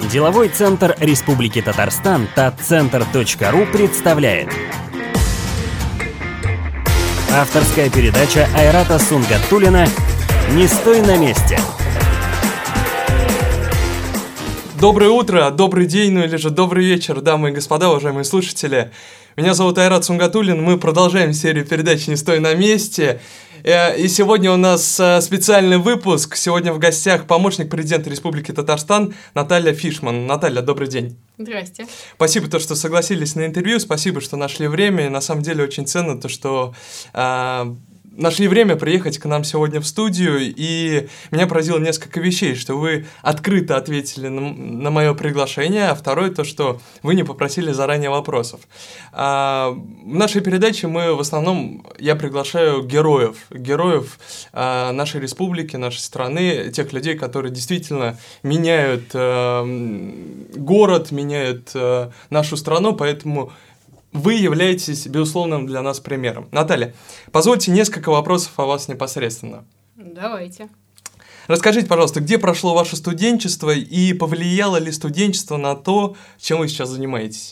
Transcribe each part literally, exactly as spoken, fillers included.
Деловой центр Республики Татарстан татцентр точка ру представляет авторская передача Айрата Сунгатуллина «Не стой на месте». Доброе утро, добрый день, ну или же добрый вечер, дамы и господа, уважаемые слушатели. Меня зовут Айрат Сунгатуллин, мы продолжаем серию передач «Не стой на месте». И сегодня у нас специальный выпуск. Сегодня в гостях помощник президента Республики Татарстан Наталья Фишман. Наталья, добрый день. Здрасте. Спасибо, то, что согласились на интервью, спасибо, что нашли время. И на самом деле очень ценно то, что э, нашли время приехать к нам сегодня в студию. И меня поразило несколько вещей, что вы открыто ответили на, на мое приглашение, а второе то, что вы не попросили заранее вопросов. А, в нашей передаче мы в основном, я приглашаю героев, героев а, нашей республики, нашей страны, тех людей, которые действительно меняют а, город, меняют а, нашу страну, поэтому вы являетесь безусловным для нас примером. Наталья, позвольте несколько вопросов о вас непосредственно. Давайте. Расскажите, пожалуйста, где прошло ваше студенчество и повлияло ли студенчество на то, чем вы сейчас занимаетесь?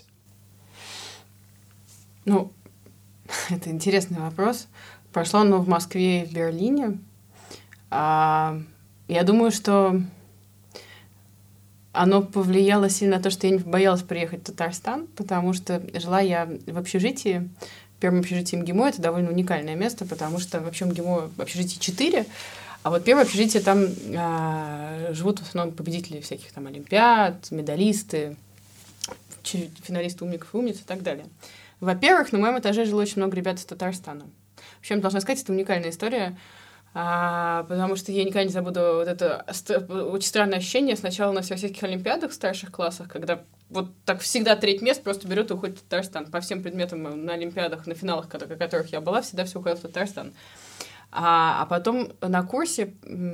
Ну, это интересный вопрос. Прошло оно в Москве и в Берлине. А, я думаю, что оно повлияло сильно на то, что я не боялась приехать в Татарстан, потому что жила я в общежитии, в первом общежитии МГИМО. Это довольно уникальное место, потому что вообще МГИМО в общежитии четыре, а вот первое общежитие там а, живут в основном победители всяких там олимпиад, медалисты, финалисты умников и умниц и так далее. Во-первых, на моем этаже жило очень много ребят из Татарстана. Вообще, я должна сказать, это уникальная история, а, потому что я никогда не забуду вот это очень странное ощущение сначала на всяких олимпиадах в старших классах, когда вот так всегда треть мест просто берет и уходит в Татарстан. По всем предметам на олимпиадах, на финалах, на которых я была, всегда все уходило в Татарстан. А, а потом на курсе,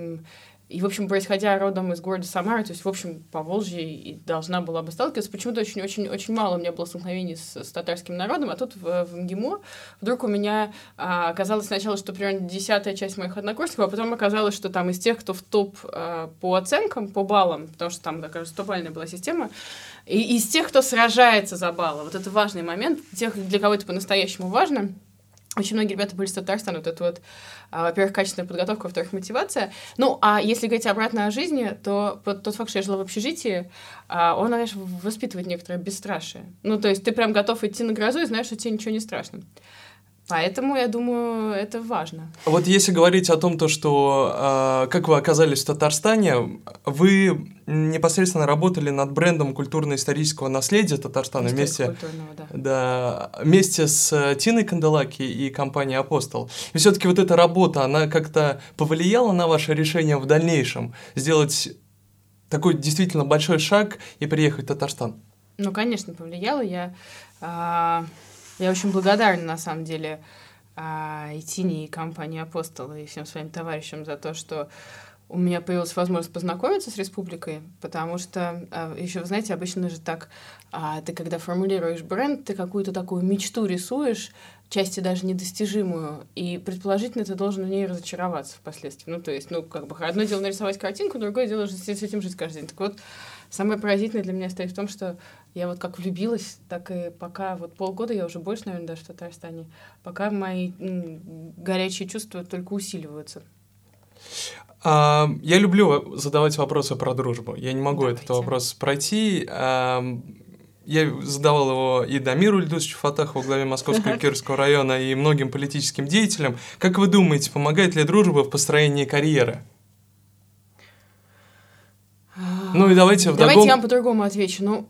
и, в общем, происходя родом из города Самара, то есть, в общем, по Волжье и должна была бы сталкиваться, почему-то очень-очень-очень мало у меня было столкновений с, с татарским народом, а тут в, в МГИМО вдруг у меня а, оказалось сначала, что примерно десятая часть моих однокурсников, а потом оказалось, что там из тех, кто в топ а, по оценкам, по баллам, потому что там такая стопальная была система, и из тех, кто сражается за баллы. Вот это важный момент, тех, для кого это по-настоящему важно. Очень многие ребята были из Татарстана, вот это вот, а, во-первых, качественная подготовка, во-вторых, мотивация. Ну, а если говорить обратно о жизни, то тот факт, что я жила в общежитии, а, он, конечно, воспитывает некоторое бесстрашие. Ну, то есть ты прям готов идти на грозу и знаешь, что тебе ничего не страшно. Поэтому, я думаю, это важно. Вот если говорить о том, то, что э, как вы оказались в Татарстане, вы непосредственно работали над брендом культурно-исторического наследия Татарстана вместе, да. Да, вместе с Тиной Канделаки и компанией «Апостол». И все-таки вот эта работа, она как-то повлияла на ваше решение в дальнейшем сделать такой действительно большой шаг и приехать в Татарстан? Ну, конечно, повлияла. Я... А... Я очень благодарна, на самом деле, и Тине, и компании «Апостол», и всем своим товарищам за то, что у меня появилась возможность познакомиться с республикой, потому что, еще, вы знаете, обычно же так, ты когда формулируешь бренд, ты какую-то такую мечту рисуешь, части даже недостижимую, и предположительно ты должен в ней разочароваться впоследствии. Ну, то есть, ну, как бы, одно дело нарисовать картинку, другое дело с этим жить каждый день. Так вот, самое поразительное для меня стоит в том, что я вот как влюбилась, так и пока вот полгода, я уже больше, наверное, даже в Татарстане, пока мои м, горячие чувства только усиливаются. А, я люблю задавать вопросы про дружбу. Я не могу Давайте. этот вопрос пройти. А, я задавал его и Дамиру Ильдусовичу Фатахову, главе Московского Кировского района, и многим политическим деятелям. Как вы думаете, помогает ли дружба в построении карьеры? Ну и давайте вдогонку... Давайте я вам по-другому отвечу. Ну,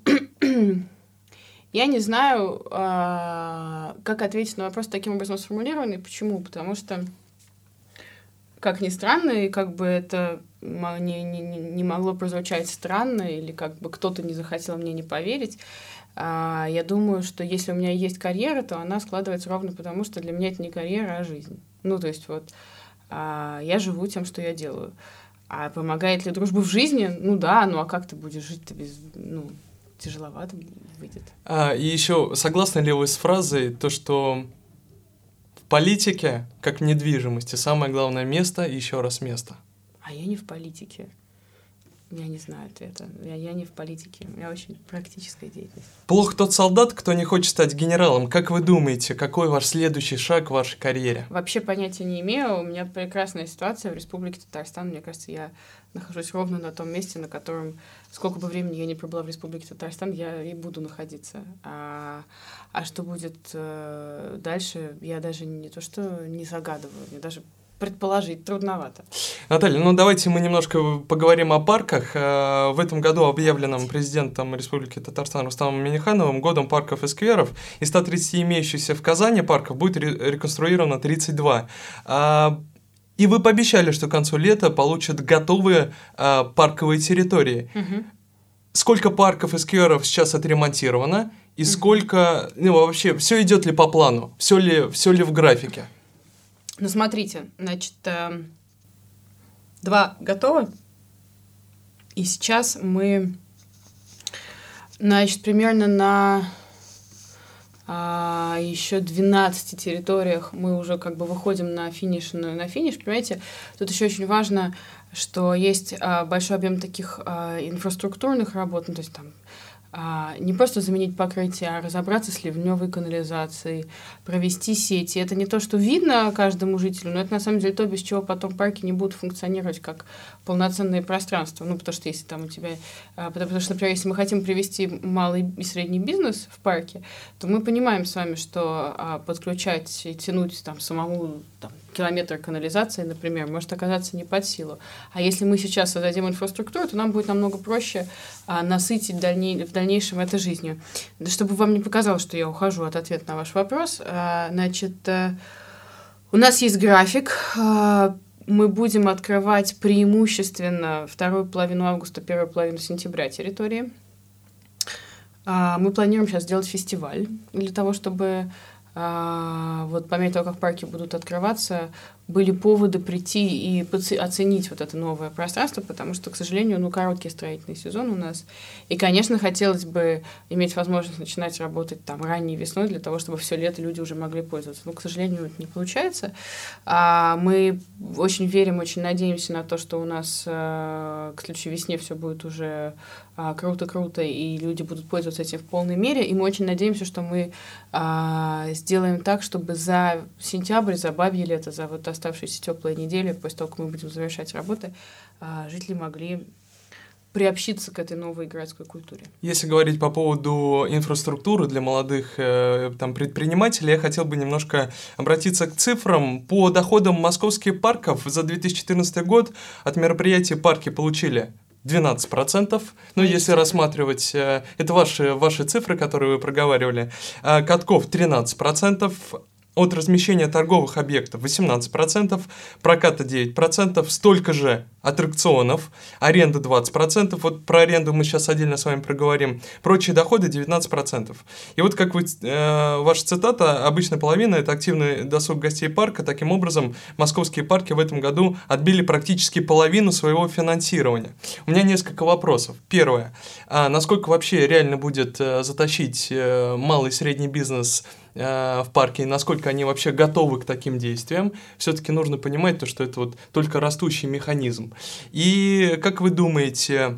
я не знаю, а, как ответить на вопрос таким образом сформулированный. Почему? Потому что, как ни странно, и как бы это не, не, не могло прозвучать странно, или как бы кто-то не захотел мне не поверить, а, я думаю, что если у меня есть карьера, то она складывается ровно потому, что для меня это не карьера, а жизнь. Ну, то есть вот а, я живу тем, что я делаю. А помогает ли дружба в жизни? Ну да, ну а как ты будешь жить-то без... Ну, тяжеловато выйдет. А, и еще, согласны ли вы с фразой, то, что в политике, как в недвижимости, самое главное место, еще раз место? А я не в политике. Я не знаю ответа. Я, я не в политике. У меня очень практическая деятельность. Плох тот солдат, кто не хочет стать генералом. Как вы думаете, какой ваш следующий шаг в вашей карьере? Вообще понятия не имею. У меня прекрасная ситуация в Республике Татарстан. Мне кажется, я нахожусь ровно на том месте, на котором, сколько бы времени я ни пробыла в Республике Татарстан, я и буду находиться. А, а что будет э, дальше, я даже не то что не загадываю, мне даже предположить трудновато. Наталья, ну давайте мы немножко поговорим о парках. В этом году объявленным президентом Республики Татарстан Рустамом Миннихановым годом парков и скверов. Из ста тридцати имеющихся в Казани парков будет реконструировано тридцать два. И вы пообещали, что к концу лета получат готовые парковые территории. Угу. Сколько парков и скверов сейчас отремонтировано? И сколько, ну вообще, все идет ли по плану? Все ли, все ли в графике? Ну, смотрите, значит, э, два готовы, и сейчас мы, значит, примерно на э, еще двенадцати территориях мы уже как бы выходим на финиш, на, на финиш, понимаете, тут еще очень важно, что есть э, большой объем таких э, инфраструктурных работ, ну, то есть там А, не просто заменить покрытие, а разобраться с ливневой канализацией, провести сети. Это не то, что видно каждому жителю, но это на самом деле то, без чего потом парки не будут функционировать как полноценные пространства. Ну, потому что если там у тебя... Потому что, например, если мы хотим привести малый и средний бизнес в парке, то мы понимаем с вами, что а, подключать и тянуть там самому там, километр канализации, например, может оказаться не под силу. А если мы сейчас создадим инфраструктуру, то нам будет намного проще а, насытить дальней, в дальнейшем это жизнью. Да, чтобы вам не показалось, что я ухожу от ответа на ваш вопрос, а, значит, а, у нас есть график. А, мы будем открывать преимущественно вторую половину августа, первую половину сентября территории. А, мы планируем сейчас сделать фестиваль для того, чтобы а, вот по мере того, как парки будут открываться, были поводы прийти и оценить вот это новое пространство, потому что, к сожалению, ну, короткий строительный сезон у нас. И, конечно, хотелось бы иметь возможность начинать работать там ранней весной для того, чтобы все лето люди уже могли пользоваться. Но, к сожалению, это не получается. А мы очень верим, очень надеемся на то, что у нас а, к следующей весне все будет уже а, круто-круто, и люди будут пользоваться этим в полной мере. И мы очень надеемся, что мы а, сделаем так, чтобы за сентябрь, за бабье лето, за вот оставшиеся теплые недели, после того, как мы будем завершать работы, жители могли приобщиться к этой новой городской культуре. Если говорить по поводу инфраструктуры для молодых э, там, предпринимателей, я хотел бы немножко обратиться к цифрам. По доходам московских парков за две тысячи четырнадцатый год от мероприятий парки получили двенадцать процентов. Ну, если рассматривать... Э, это ваши, ваши цифры, которые вы проговаривали. Э, катков тринадцать процентов. От размещения торговых объектов восемнадцать процентов, проката девять процентов, столько же аттракционов, аренда двадцать процентов, вот про аренду мы сейчас отдельно с вами проговорим, прочие доходы девятнадцать процентов. И вот как вы, э, ваша цитата, обычно половина – это активный досуг гостей парка, таким образом московские парки в этом году отбили практически половину своего финансирования. У меня несколько вопросов. Первое, а насколько вообще реально будет э, затащить э, малый и средний бизнес в парке, и насколько они вообще готовы к таким действиям, все-таки нужно понимать то, что это вот только растущий механизм. И как вы думаете,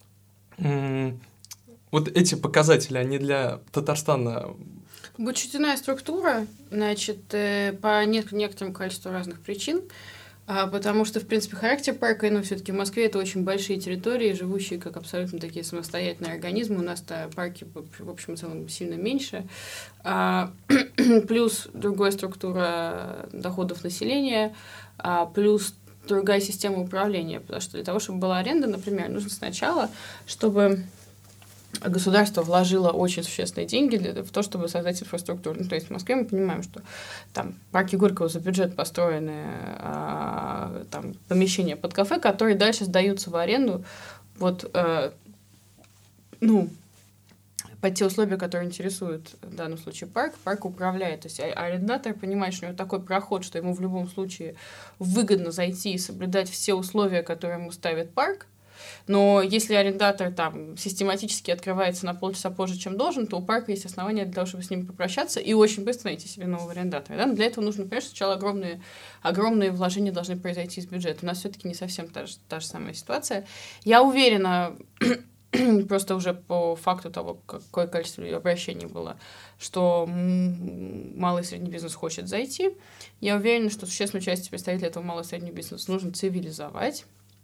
вот эти показатели, они для Татарстана... Бюджетная структура, значит, по некоторому количеству разных причин, потому что, в принципе, характер парка, ну, все-таки в Москве это очень большие территории, живущие как абсолютно такие самостоятельные организмы. У нас-то парки, в общем и целом, сильно меньше. А, плюс другая структура доходов населения, а, плюс другая система управления. Потому что для того, чтобы была аренда, например, нужно сначала, чтобы... государство вложило очень существенные деньги для, в то, чтобы создать инфраструктуру. Ну, то есть в Москве мы понимаем, что там парки Горького за бюджет построены а, там, помещения под кафе, которые дальше сдаются в аренду вот, а, ну, под те условия, которые интересуют в данном случае парк. Парк управляет. То есть арендатор понимает, что у него такой проход, что ему в любом случае выгодно зайти и соблюдать все условия, которые ему ставит парк. Но если арендатор там систематически открывается на полчаса позже, чем должен, то у парка есть основания для того, чтобы с ним попрощаться и очень быстро найти себе нового арендатора. Да? Но для этого нужно понимать, что сначала огромные, огромные вложения должны произойти из бюджета. У нас все-таки не совсем та же, та же самая ситуация. Я уверена, просто уже по факту того, какое количество обращений было, что малый и средний бизнес хочет зайти. Я уверена, что существенную часть представителей этого малого и среднего бизнеса нужно цивилизовать.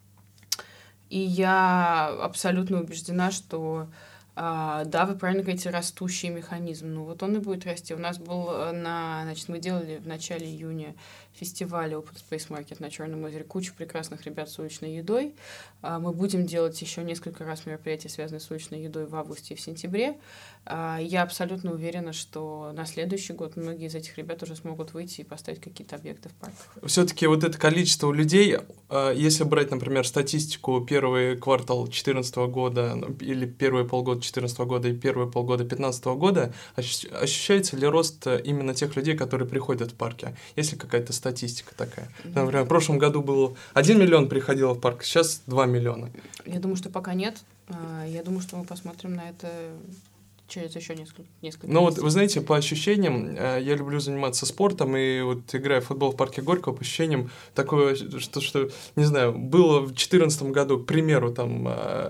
И я абсолютно убеждена, что а, да, вы правильно говорите, растущий механизм. Ну вот он и будет расти. У нас был на... Значит, мы делали в начале июня фестиваль Open Space Market на Черном озере. Кучу прекрасных ребят с уличной едой. А, мы будем делать еще несколько раз мероприятия, связанные с уличной едой в августе и в сентябре. А, я абсолютно уверена, что на следующий год многие из этих ребят уже смогут выйти и поставить какие-то объекты в парках. Все-таки вот это количество людей, если брать, например, статистику первый квартал две тысячи четырнадцатого года или первые полгода две тысячи четырнадцатого года и первые полгода две тысячи пятнадцатого года, ощущается ли рост именно тех людей, которые приходят в парки? Есть ли какая-то статистика такая? Например, в прошлом году было один миллион приходило в парк, сейчас два миллиона. Я думаю, что пока нет. Я думаю, что мы посмотрим на это через еще несколько, несколько Ну месяцев. вот, вы знаете, по ощущениям, я люблю заниматься спортом, и вот играя в футбол в парке Горького, по ощущениям такое, что, что не знаю, было в две тысячи четырнадцатом году, к примеру, там,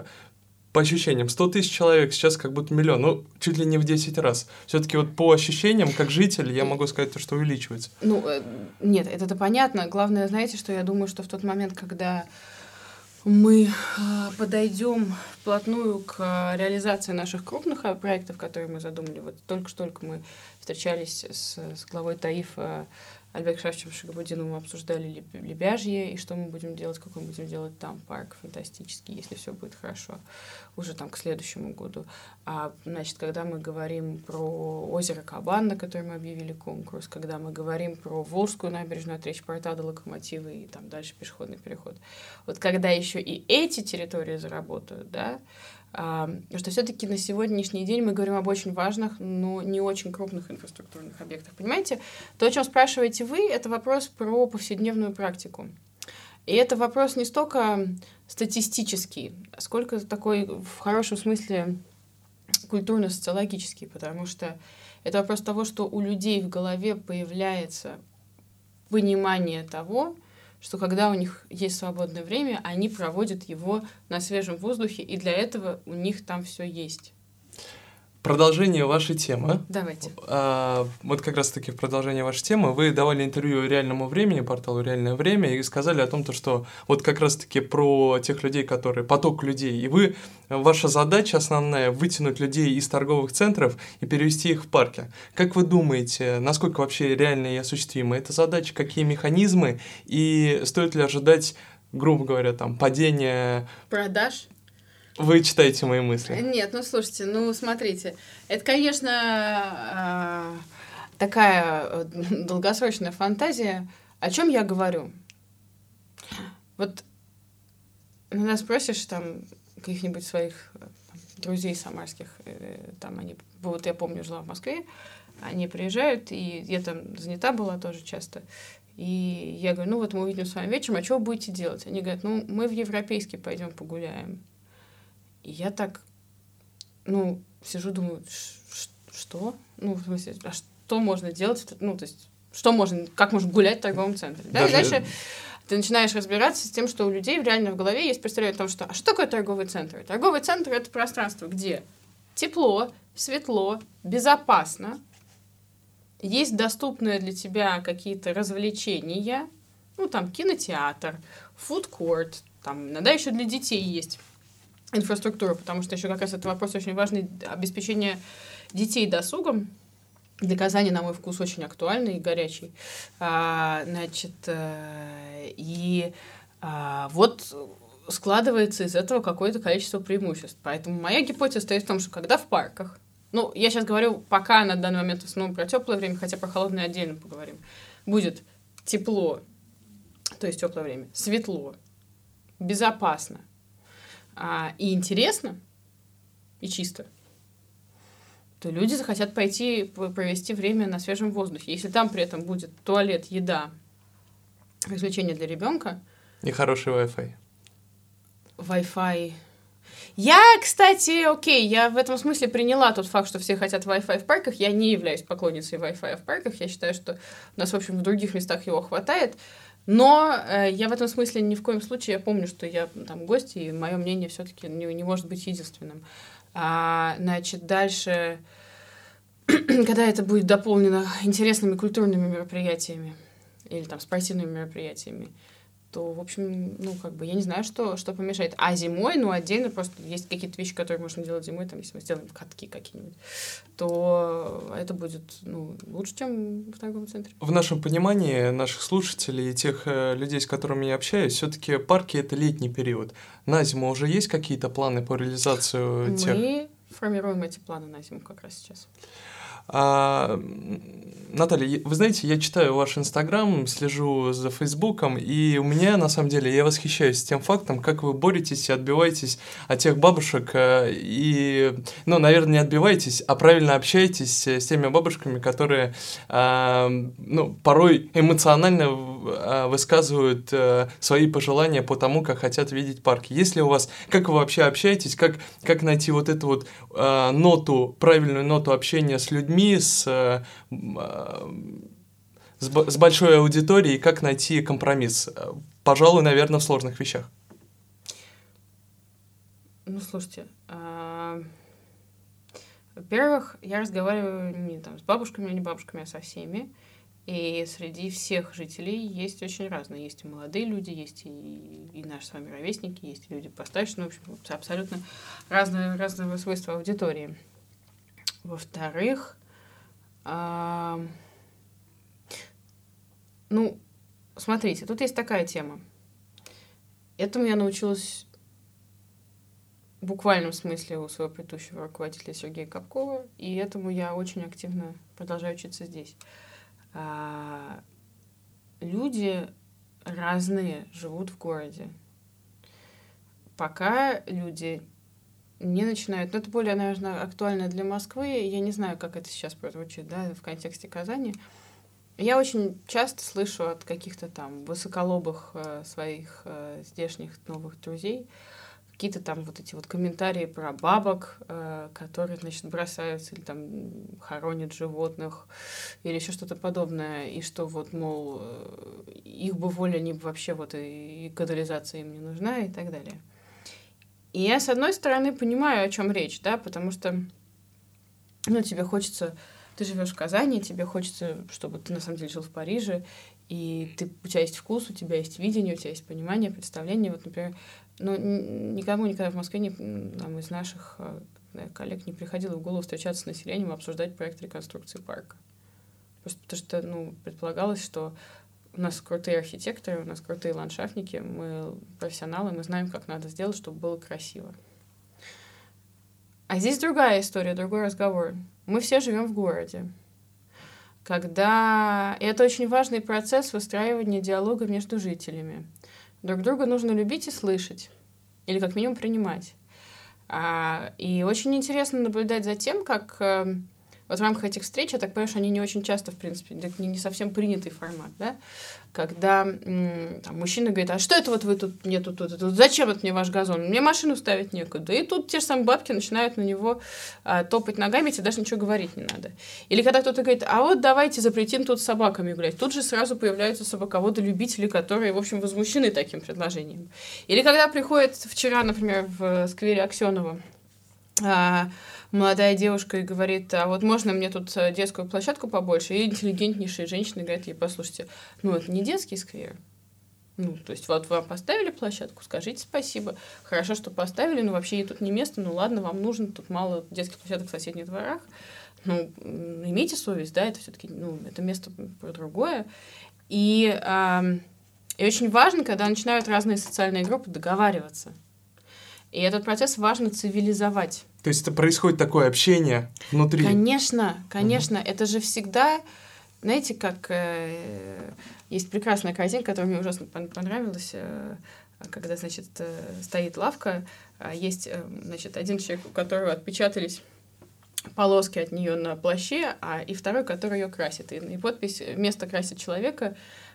по ощущениям, сто тысяч человек, сейчас как будто миллион, ну, чуть ли не в десять раз. Все-таки вот по ощущениям, как житель, я могу сказать, то, что увеличивается. Ну, нет, это-то понятно. Главное, знаете, что я думаю, что в тот момент, когда мы подойдем вплотную к реализации наших крупных проектов, которые мы задумали. Вот только-только мы встречались с, с главой ТАИФа Альбекшевичем Шагабудиновым, обсуждали Лебяжье, и что мы будем делать, какой мы будем делать там парк фантастический, если все будет хорошо, уже там к следующему году. А, значит, когда мы говорим про озеро Кабан, на которое мы объявили конкурс, когда мы говорим про Волжскую набережную от Речи-Порта до Локомотива и там дальше пешеходный переход. Вот когда еще и эти территории заработают, да, Uh, что все-таки на сегодняшний день мы говорим об очень важных, но не очень крупных инфраструктурных объектах. Понимаете, то, о чем спрашиваете вы, это вопрос про повседневную практику. И это вопрос не столько статистический, сколько такой в хорошем смысле культурно-социологический, потому что это вопрос того, что у людей в голове появляется понимание того, что когда у них есть свободное время, они проводят его на свежем воздухе, и для этого у них там все есть. Продолжение вашей темы. Давайте. А, вот как раз-таки в продолжение вашей темы вы давали интервью реальному времени, порталу «Реальное время», и сказали о том, что вот как раз-таки про тех людей, которые, поток людей, и вы, ваша задача основная — вытянуть людей из торговых центров и перевести их в парки. Как вы думаете, насколько вообще реально и осуществима эта задача, какие механизмы, и стоит ли ожидать, грубо говоря, там, падения... Продаж? Вы читаете мои мысли. Нет, ну слушайте, ну смотрите, это, конечно, такая долгосрочная фантазия. О чем я говорю? Вот иногда спросишь там каких-нибудь своих друзей самарских, там они, вот я помню, жила в Москве, они приезжают, и я там занята была тоже часто. И я говорю, ну вот мы увидим с вами вечером, а что вы будете делать? Они говорят, ну мы в Европейский пойдем погуляем. И я так, ну, сижу, думаю, что? Ну, в смысле, а что можно делать? Ну, то есть, что можно, как можно гулять в торговом центре? Да? Даже... И дальше ты начинаешь разбираться с тем, что у людей реально в голове есть представление о том, что, а что такое торговый центр? Торговый центр — это пространство, где тепло, светло, безопасно, есть доступные для тебя какие-то развлечения, ну, там, кинотеатр, фудкорт, там, иногда еще для детей есть инфраструктуру, потому что еще как раз это вопрос очень важный, обеспечение детей досугом. Для Казани, на мой вкус, очень актуальный и горячий. А, значит, а, и а, вот складывается из этого какое-то количество преимуществ. Поэтому моя гипотеза стоит в том, что когда в парках, ну, я сейчас говорю пока на данный момент в основном про теплое время, хотя про холодное отдельно поговорим, будет тепло, то есть теплое время, светло, безопасно, А, и интересно, и чисто, то люди захотят пойти провести время на свежем воздухе. Если там при этом будет туалет, еда, развлечения для ребенка. И хороший Wi-Fi. Wi-Fi. Я, кстати, окей, я в этом смысле приняла тот факт, что все хотят Wi-Fi в парках. Я не являюсь поклонницей Wi-Fi в парках. Я считаю, что у нас, в общем, в других местах его хватает. Но э, я в этом смысле ни в коем случае, я помню, что я там гость, и мое мнение все-таки не, не может быть единственным. А, значит, дальше, когда это будет дополнено интересными культурными мероприятиями или там спортивными мероприятиями, то, в общем, ну, как бы, я не знаю, что, что помешает. А зимой, ну, отдельно просто есть какие-то вещи, которые можно делать зимой, там, если мы сделаем катки какие-нибудь, то это будет, ну, лучше, чем в торговом центре. В нашем понимании наших слушателей и тех э, людей, с которыми я общаюсь, все-таки парки — это летний период. На зиму уже есть какие-то планы по реализацию тех? Мы формируем эти планы на зиму как раз сейчас. А, Наталья, вы знаете, я читаю ваш Инстаграм, слежу за Фейсбуком, и у меня, на самом деле, я восхищаюсь тем фактом, как вы боретесь и отбиваетесь от тех бабушек, и, ну, наверное, не отбиваетесь, а правильно общаетесь с теми бабушками, которые, ну, порой эмоционально высказывают свои пожелания по тому, как хотят видеть парки. Если у вас, как вы вообще общаетесь, как, как найти вот эту вот ноту, правильную ноту общения с людьми, с, с, с большой аудиторией, как найти компромисс? Пожалуй, наверное, в сложных вещах. Ну, слушайте, а... во-первых, я разговариваю не там с бабушками, не бабушками, а со всеми. И среди всех жителей есть очень разные. Есть и молодые люди, есть и, и наши с вами ровесники, есть и люди постарше. Ну, в общем, абсолютно разные, разного свойства аудитории. Во-вторых, а... ну, смотрите, тут есть такая тема. Этому я научилась в буквальном смысле у своего предыдущего руководителя Сергея Капкова, и этому я очень активно продолжаю учиться здесь. А... Люди разные живут в городе. Пока люди не начинают... Ну, это более, наверное, актуально для Москвы. Я не знаю, как это сейчас прозвучит, да, в контексте Казани. Я очень часто слышу от каких-то там высоколобых э, своих э, здешних новых друзей какие-то там вот эти вот комментарии про бабок, э, которые, значит, бросаются или там хоронят животных или еще что-то подобное, и что вот, мол, э, их бы воля не вообще вот и, и канализация им не нужна и так далее. И я, с одной стороны, понимаю, о чем речь, да, потому что, ну, тебе хочется... Ты живешь в Казани, тебе хочется, чтобы ты на самом деле жил в Париже, и ты, у тебя есть вкус, у тебя есть видение, у тебя есть понимание, представление. Вот, например, ну, никому никогда в Москве не, там, из наших да, коллег не приходило в голову встречаться с населением и обсуждать проект реконструкции парка. Просто потому что, ну, предполагалось, что у нас крутые архитекторы, у нас крутые ландшафтники, мы профессионалы, мы знаем, как надо сделать, чтобы было красиво. А здесь другая история, другой разговор. Мы все живем в городе. Когда... И это очень важный процесс выстраивания диалога между жителями. Друг друга нужно любить и слышать. Или как минимум принимать. А... И очень интересно наблюдать за тем, как... Вот в рамках этих встреч, я так понимаю, что они не очень часто, в принципе, это не совсем принятый формат, да? Когда там, мужчина говорит, а что это вот вы тут, нету тут, тут, зачем это мне ваш газон? Мне машину ставить некуда. И тут те же самые бабки начинают на него а, топать ногами, тебе даже ничего говорить не надо. Или когда кто-то говорит, а вот давайте запретим тут с собаками гулять. Тут же сразу появляются собаководы-любители, которые, в общем, возмущены таким предложением. Или когда приходит вчера, например, в сквере Аксенова, а, молодая девушка и говорит, а вот можно мне тут детскую площадку побольше? И интеллигентнейшие женщины говорят ей, послушайте, ну это не детский сквер. Ну, то есть вот вам поставили площадку, скажите спасибо. Хорошо, что поставили, но вообще ей тут не место, ну ладно, вам нужно, тут мало детских площадок в соседних дворах. Ну, имейте совесть, да, это все-таки, ну, это место про другое. И, э, и очень важно, когда начинают разные социальные группы договариваться. И этот процесс важно цивилизовать. То есть это происходит такое общение внутри? Конечно, конечно. Угу. Это же всегда, знаете, как э, есть прекрасная картинка, которая мне ужасно понравилась, э, когда, значит, э, стоит лавка, э, есть, э, значит, один человек, у которого отпечатались полоски от нее на плаще, а и второй, который ее красит. И, и подпись «Место красит человека»,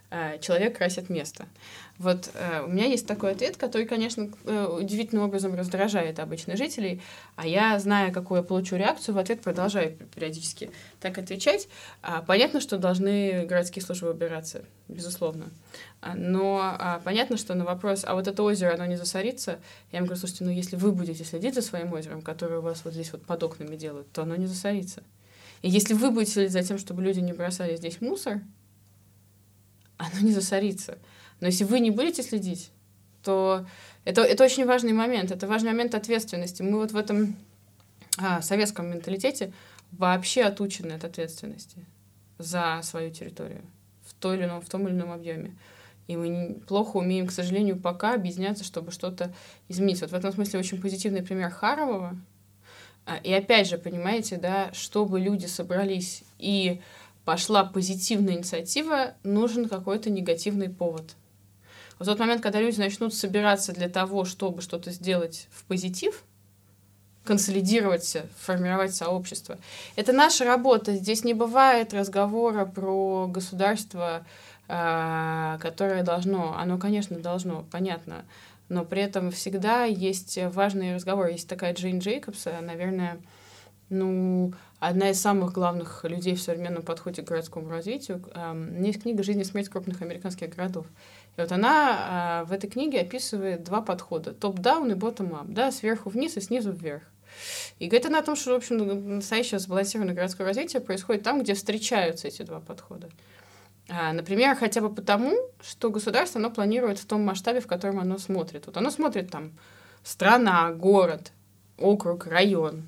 э, человек красит место. Вот э, у меня есть такой ответ, который, конечно, э, удивительным образом раздражает обычных жителей, а я, зная, какую я получу реакцию, в ответ продолжаю периодически так отвечать. А, понятно, что должны городские службы убираться, безусловно. А, но а, понятно, что на вопрос, а вот это озеро, оно не засорится? Я им говорю, слушайте, ну если вы будете следить за своим озером, которое у вас вот здесь вот под окнами делают, то оно не засорится. И если вы будете следить за тем, чтобы люди не бросали здесь мусор, оно не засорится. Но если вы не будете следить, то это, это очень важный момент. Это важный момент ответственности. Мы вот в этом а, советском менталитете вообще отучены от ответственности за свою территорию в, той или ином, в том или ином объеме. И мы не, плохо умеем, к сожалению, пока объединяться, чтобы что-то изменить. Вот в этом смысле очень позитивный пример Харового. А, и опять же, понимаете, да, чтобы люди собрались и пошла позитивная инициатива, нужен какой-то негативный повод. В тот момент, когда люди начнут собираться для того, чтобы что-то сделать в позитив, консолидироваться, формировать сообщество. Это наша работа. Здесь не бывает разговора про государство, которое должно. Оно, конечно, должно, понятно. Но при этом всегда есть важные разговоры. Есть такая Джейн Джейкобс, наверное, ну, одна из самых главных людей в современном подходе к городскому развитию. У меня есть книга «Жизнь и смерть крупных американских городов». И вот она в этой книге описывает два подхода. Топ-даун и ботtom-ап. Да, сверху вниз и снизу вверх. И говорит она о том, что, в общем, настоящее сбалансированное городское развитие происходит там, где встречаются эти два подхода. А, например, хотя бы потому, что государство, оно планирует в том масштабе, в котором оно смотрит. Вот оно смотрит там страна, город, округ, район.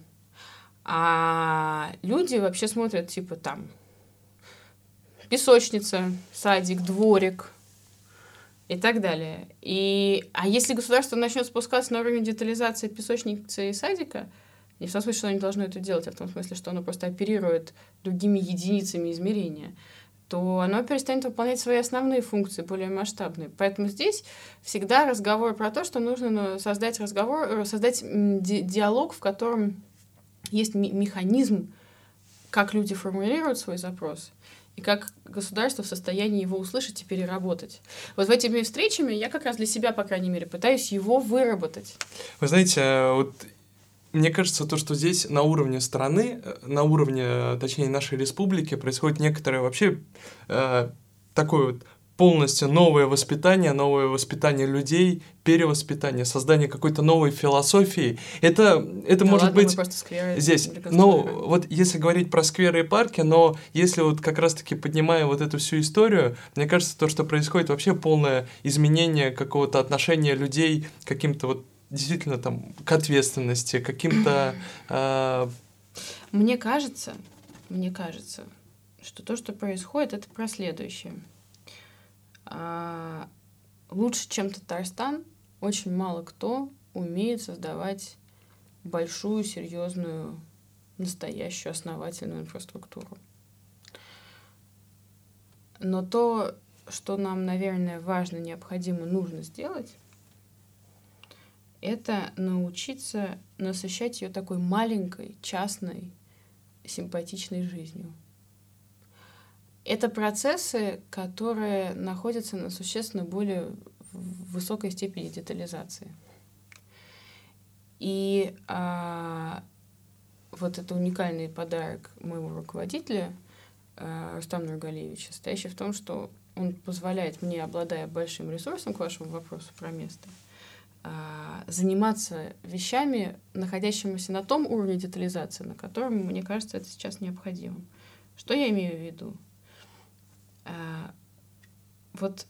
А люди вообще смотрят, типа, там, песочница, садик, дворик и так далее. И, а если государство начнет спускаться на уровень детализации песочницы и садика, не в том смысле, что оно не должно это делать, а в том смысле, что оно просто оперирует другими единицами измерения, то оно перестанет выполнять свои основные функции, более масштабные. Поэтому здесь всегда разговор про то, что нужно создать разговор, создать ди- диалог, в котором есть м- механизм, как люди формулируют свой запрос, и как государство в состоянии его услышать и переработать. Вот в этими встречами я как раз для себя, по крайней мере, пытаюсь его выработать. Вы знаете, вот мне кажется, то, что здесь на уровне страны, на уровне, точнее, нашей республики происходит некоторое вообще э, такое вот полностью новое воспитание, новое воспитание людей, перевоспитание, создание какой-то новой философии. Это, это да может ладно, быть здесь. Но вот если говорить про скверы и парки, но если вот как раз-таки поднимая вот эту всю историю, мне кажется, то, что происходит вообще полное изменение какого-то отношения людей к каким-то вот действительно там к ответственности, каким-то... Э... Мне кажется, мне кажется, что то, что происходит, это про следующее. А, лучше, чем Татарстан, очень мало кто умеет создавать большую, серьезную, настоящую, основательную инфраструктуру. Но то, что нам, наверное, важно, необходимо, нужно сделать, это научиться насыщать ее такой маленькой, частной, симпатичной жизнью. Это процессы, которые находятся на существенно более высокой степени детализации. И а, вот это уникальный подарок моего руководителя а, Рустама Нургалиевича, состоящий в том, что он позволяет мне, обладая большим ресурсом к вашему вопросу про место, а, заниматься вещами, находящимися на том уровне детализации, на котором, мне кажется, это сейчас необходимо. Что я имею в виду? А, вот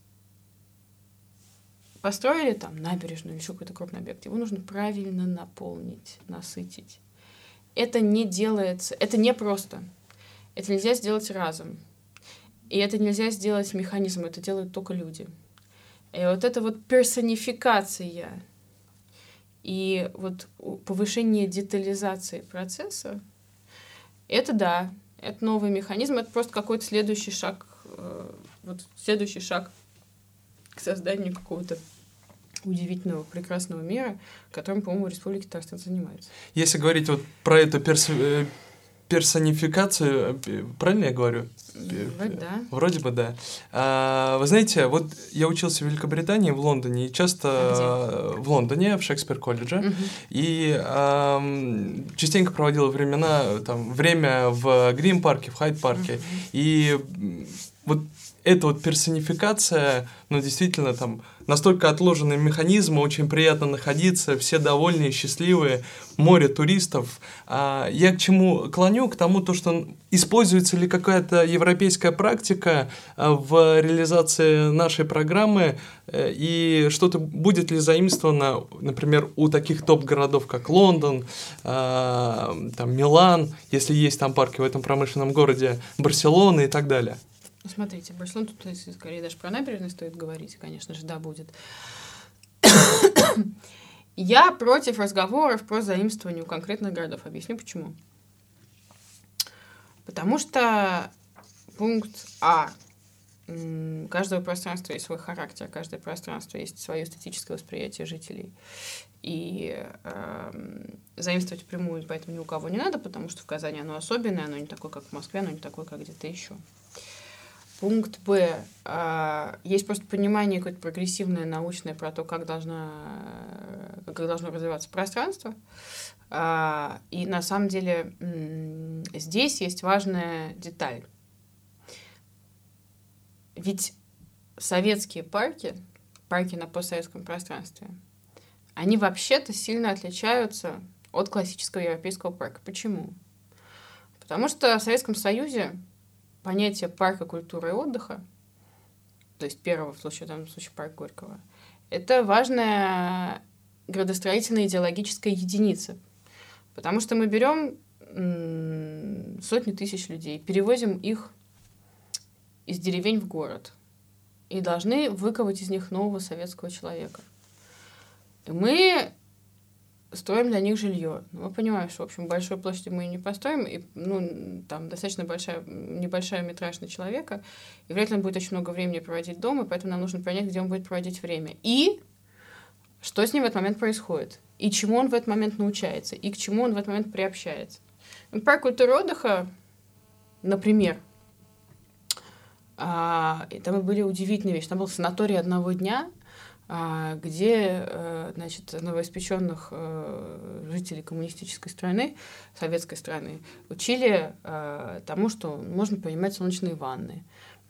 построили там набережную или еще какой-то крупный объект, его нужно правильно наполнить, насытить. Это не делается, это не просто. Это нельзя сделать разом. И это нельзя сделать механизмом, это делают только люди. И вот эта вот персонификация и вот повышение детализации процесса, это да, это новый механизм, это просто какой-то следующий шаг, вот следующий шаг к созданию какого-то удивительного, прекрасного мира, которым, по-моему, Республика Татарстан занимается. Если говорить вот про эту перс... персонификацию, правильно я говорю? Вроде да. Вроде бы да. А, вы знаете, вот я учился в Великобритании, в Лондоне, и часто А в Лондоне, в Шекспир-колледже, Мгм. и а, частенько проводил времена, там, время в Грин-парке, в Хайд-парке, Мгм. и м, вот эта вот персонификация, ну, действительно, там, настолько отложенные механизмы, очень приятно находиться, все довольные, счастливые, море туристов. А я к чему клоню? К тому, то, что используется ли какая-то европейская практика а, в реализации нашей программы, э, и что-то будет ли заимствовано, например, у таких топ-городов, как Лондон, а, там, Милан, если есть там парки в этом промышленном городе, Барселона и так далее. Ну, смотрите, Барселона, тут если скорее даже про набережную стоит говорить, конечно же, да, будет. Я против разговоров про заимствование у конкретных городов. Объясню почему. Потому что пункт А. м, Каждого пространства есть свой характер, каждое пространство есть свое эстетическое восприятие жителей. И э, заимствовать впрямую поэтому ни у кого не надо, потому что в Казани оно особенное, оно не такое, как в Москве, оно не такое, как где-то еще. Пункт Б. Есть просто понимание какое-то прогрессивное, научное про то, как, должна, как должно развиваться пространство. И на самом деле здесь есть важная деталь. Ведь советские парки, парки на постсоветском пространстве, они вообще-то сильно отличаются от классического европейского парка. Почему? Потому что в Советском Союзе понятие парка культуры и отдыха, то есть первого в случае, в данном случае парк Горького, это важная градостроительная идеологическая единица. Потому что мы берем м- сотни тысяч людей, перевозим их из деревень в город и должны выковать из них нового советского человека. И мы строим для них жилье. Мы понимаем, что, в общем, большой площади мы не построим, и, ну, там достаточно большая, небольшая метраж на человека, и вряд ли он будет очень много времени проводить дома, поэтому нам нужно понять, где он будет проводить время. И что с ним в этот момент происходит, и чему он в этот момент научается, и к чему он в этот момент приобщается. Парк культуры отдыха, например, а, там были удивительные вещи. Там был санаторий одного дня, где, значит, новоиспеченных жителей коммунистической страны, советской страны, учили тому, что можно принимать солнечные ванны.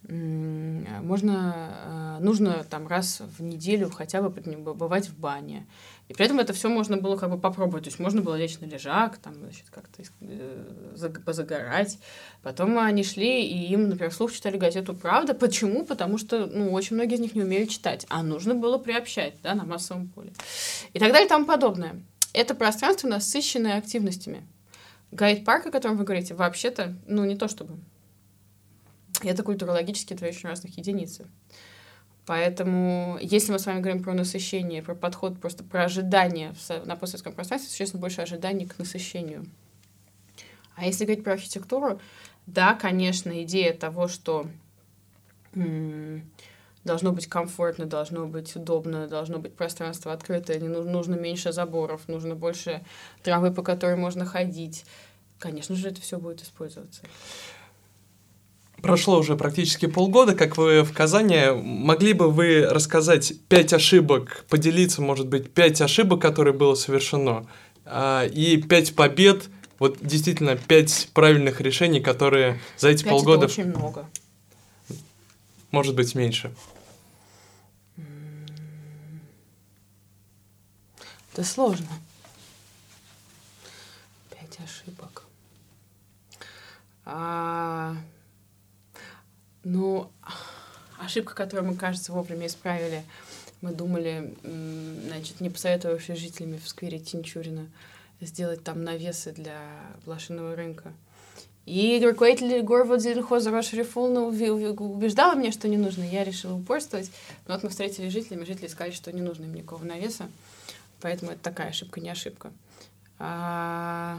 Можно, нужно там раз в неделю хотя бы бывать в бане. И при этом это все можно было как бы попробовать. То есть можно было лечь на лежак, там, значит, как-то позагорать. Потом они шли, и им, например, вслух читали газету «Правда». Почему? Потому что, ну, очень многие из них не умели читать, а нужно было приобщать, да, на массовом поле. И так далее и тому подобное. Это пространство, насыщенное активностями. Гайд-парк, о котором вы говорите, вообще-то, ну, не то чтобы... Это культурологически две очень разных единицы. Поэтому, если мы с вами говорим про насыщение, про подход, просто про ожидание на постсоветском пространстве, существенно больше ожиданий к насыщению. А если говорить про архитектуру, да, конечно, идея того, что м- должно быть комфортно, должно быть удобно, должно быть пространство открытое, не нужно, нужно меньше заборов, нужно больше травы, по которой можно ходить. Конечно же, это все будет использоваться. Прошло уже практически полгода, как вы в Казани. Могли бы вы рассказать пять ошибок, поделиться, может быть, пять ошибок, которые было совершено, и пять побед, вот действительно пять правильных решений, которые за эти пять полгода... это очень много. Может быть, меньше. Это сложно. Пять ошибок. А... Ну, ошибка, которую мы, кажется, вовремя исправили. Мы думали, значит, не посоветовавшись жителями в сквере Тинчурина, сделать там навесы для блошиного рынка. И руководитель горводзельхоза Роша Рифулна убеждала меня, что не нужно. Я решила упорствовать. Но вот мы встретились с жителями, жители сказали, что не нужно им никакого навеса. Поэтому это такая ошибка, не ошибка. А...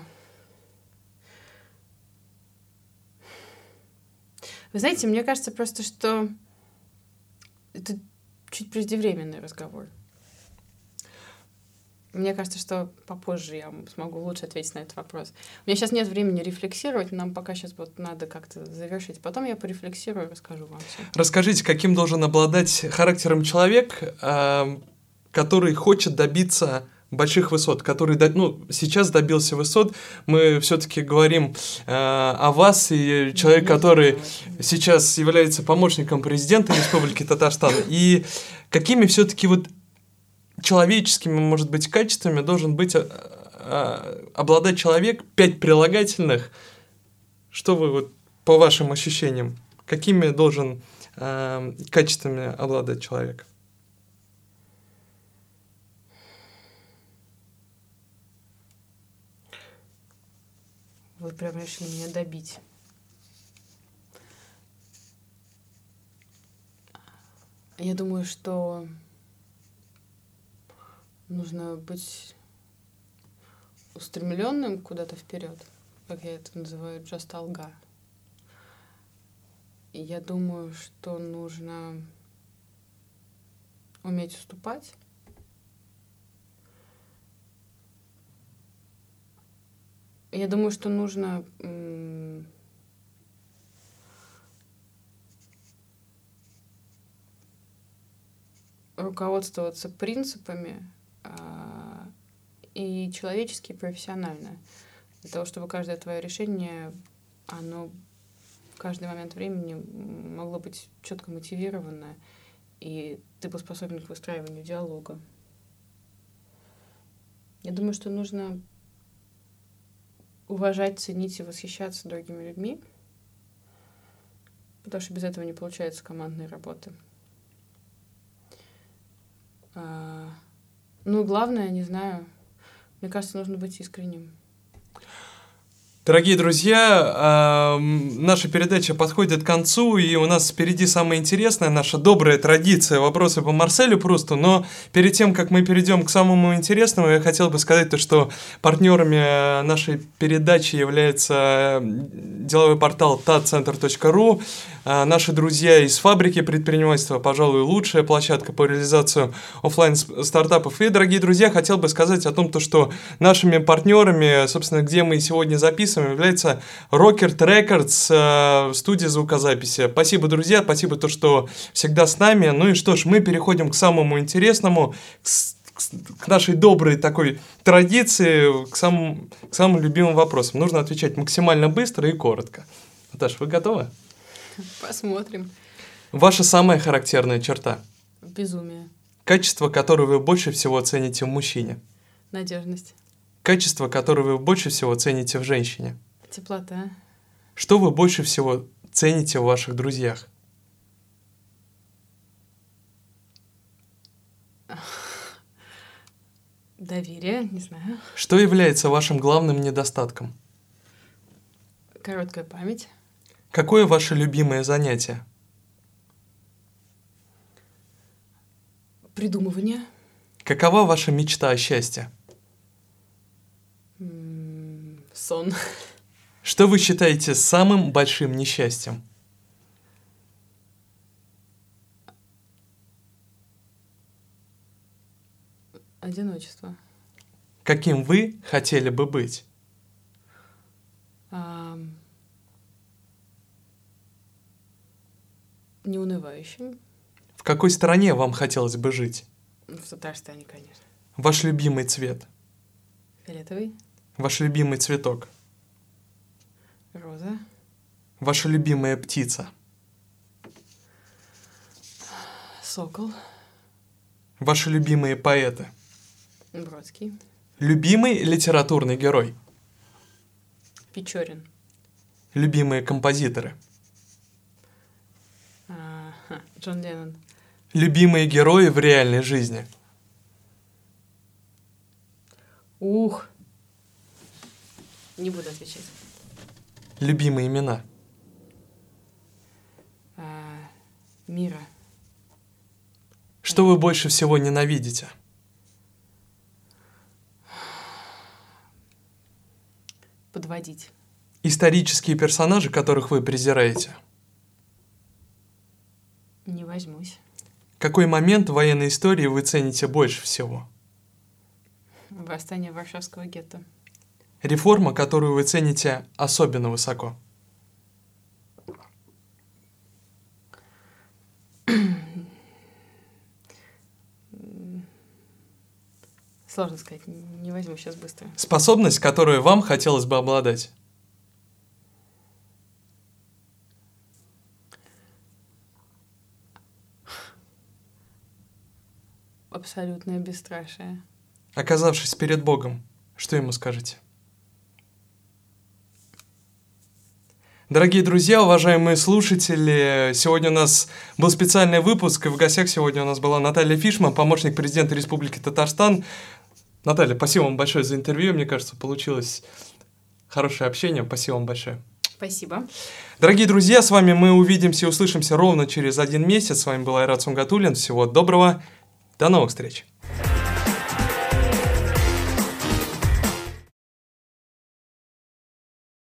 Вы знаете, мне кажется просто, что это чуть преждевременный разговор. Мне кажется, что попозже я смогу лучше ответить на этот вопрос. У меня сейчас нет времени рефлексировать, нам пока сейчас вот надо как-то завершить. Потом я порефлексирую и расскажу вам все. Расскажите, каким должен обладать характером человек, э, который хочет добиться больших высот, который ну, сейчас добился высот. Мы все-таки говорим э, о вас, и человек, который сейчас является помощником президента Республики Татарстан. И какими все-таки вот человеческими, может быть, качествами должен быть а, а, обладать человек, пять прилагательных. Что вы вот по вашим ощущениям, какими должен а, качествами обладать человек? Вы прям решили меня добить. Я думаю, что нужно быть устремленным куда-то вперед, как я это называю, just алга. И я думаю, что нужно уметь уступать. Я думаю, что нужно м- руководствоваться принципами а, и человечески, и профессионально. Для того, чтобы каждое твое решение, оно в каждый момент времени могло быть четко мотивировано, и ты был способен к выстраиванию диалога. Я думаю, что нужно уважать, ценить и восхищаться другими людьми, потому что без этого не получается командной работы. А, ну, главное, не знаю, мне кажется, нужно быть искренним. Дорогие друзья, э, наша передача подходит к концу, и у нас впереди самое интересное, наша добрая традиция «Вопросы по Марселю Прусту». Но перед тем, как мы перейдем к самому интересному, я хотел бы сказать то, что партнерами нашей передачи является деловой портал татцентр точка ру, э, наши друзья из фабрики предпринимательства, пожалуй, лучшая площадка по реализации офлайн-стартапов. И, дорогие друзья, хотел бы сказать о том, то, что нашими партнерами, собственно, где мы сегодня записываем, является Rockert Records, студия звукозаписи. Спасибо, друзья, спасибо, то, что всегда с нами. Ну и что ж, мы переходим к самому интересному, к нашей доброй такой традиции, к самым, к самым любимым вопросам. Нужно отвечать максимально быстро и коротко. Наташа, вы готовы? Посмотрим. Ваша самая характерная черта? Безумие. Качество, которое вы больше всего цените в мужчине? Надежность. Качество, которое вы больше всего цените в женщине? Теплота. Что вы больше всего цените в ваших друзьях? Доверие, не знаю. Что является вашим главным недостатком? Короткая память. Какое ваше любимое занятие? Придумывание. Какова ваша мечта о счастье? Сон. Что вы считаете самым большим несчастьем? Одиночество. Каким вы хотели бы быть? А, неунывающим. В какой стране вам хотелось бы жить? В Татарстане, конечно. Ваш любимый цвет? Фиолетовый. Ваш любимый цветок? Роза. Ваша любимая птица? Сокол. Ваши любимые поэты? Бродский. Любимый литературный герой? Печорин. Любимые композиторы? А, Джон Леннон. Любимые герои в реальной жизни? Ух. Не буду отвечать. Любимые имена? А, Мира. Что вы больше всего ненавидите? Подводить. Исторические персонажи, которых вы презираете? Не возьмусь. Какой момент в военной истории вы цените больше всего? Восстание Варшавского гетто. Реформа, которую вы цените особенно высоко. Сложно сказать, не возьму сейчас быстро. Способность, которую вам хотелось бы обладать. Абсолютное бесстрашие. Оказавшись перед Богом, что ему скажете? Дорогие друзья, уважаемые слушатели, сегодня у нас был специальный выпуск, и в гостях сегодня у нас была Наталья Фишман, помощник президента Республики Татарстан. Наталья, спасибо вам большое за интервью, мне кажется, получилось хорошее общение, спасибо вам большое. Спасибо. Дорогие друзья, с вами мы увидимся и услышимся ровно через один месяц. С вами был Айрат Сунгатуллин. Всего доброго, до новых встреч.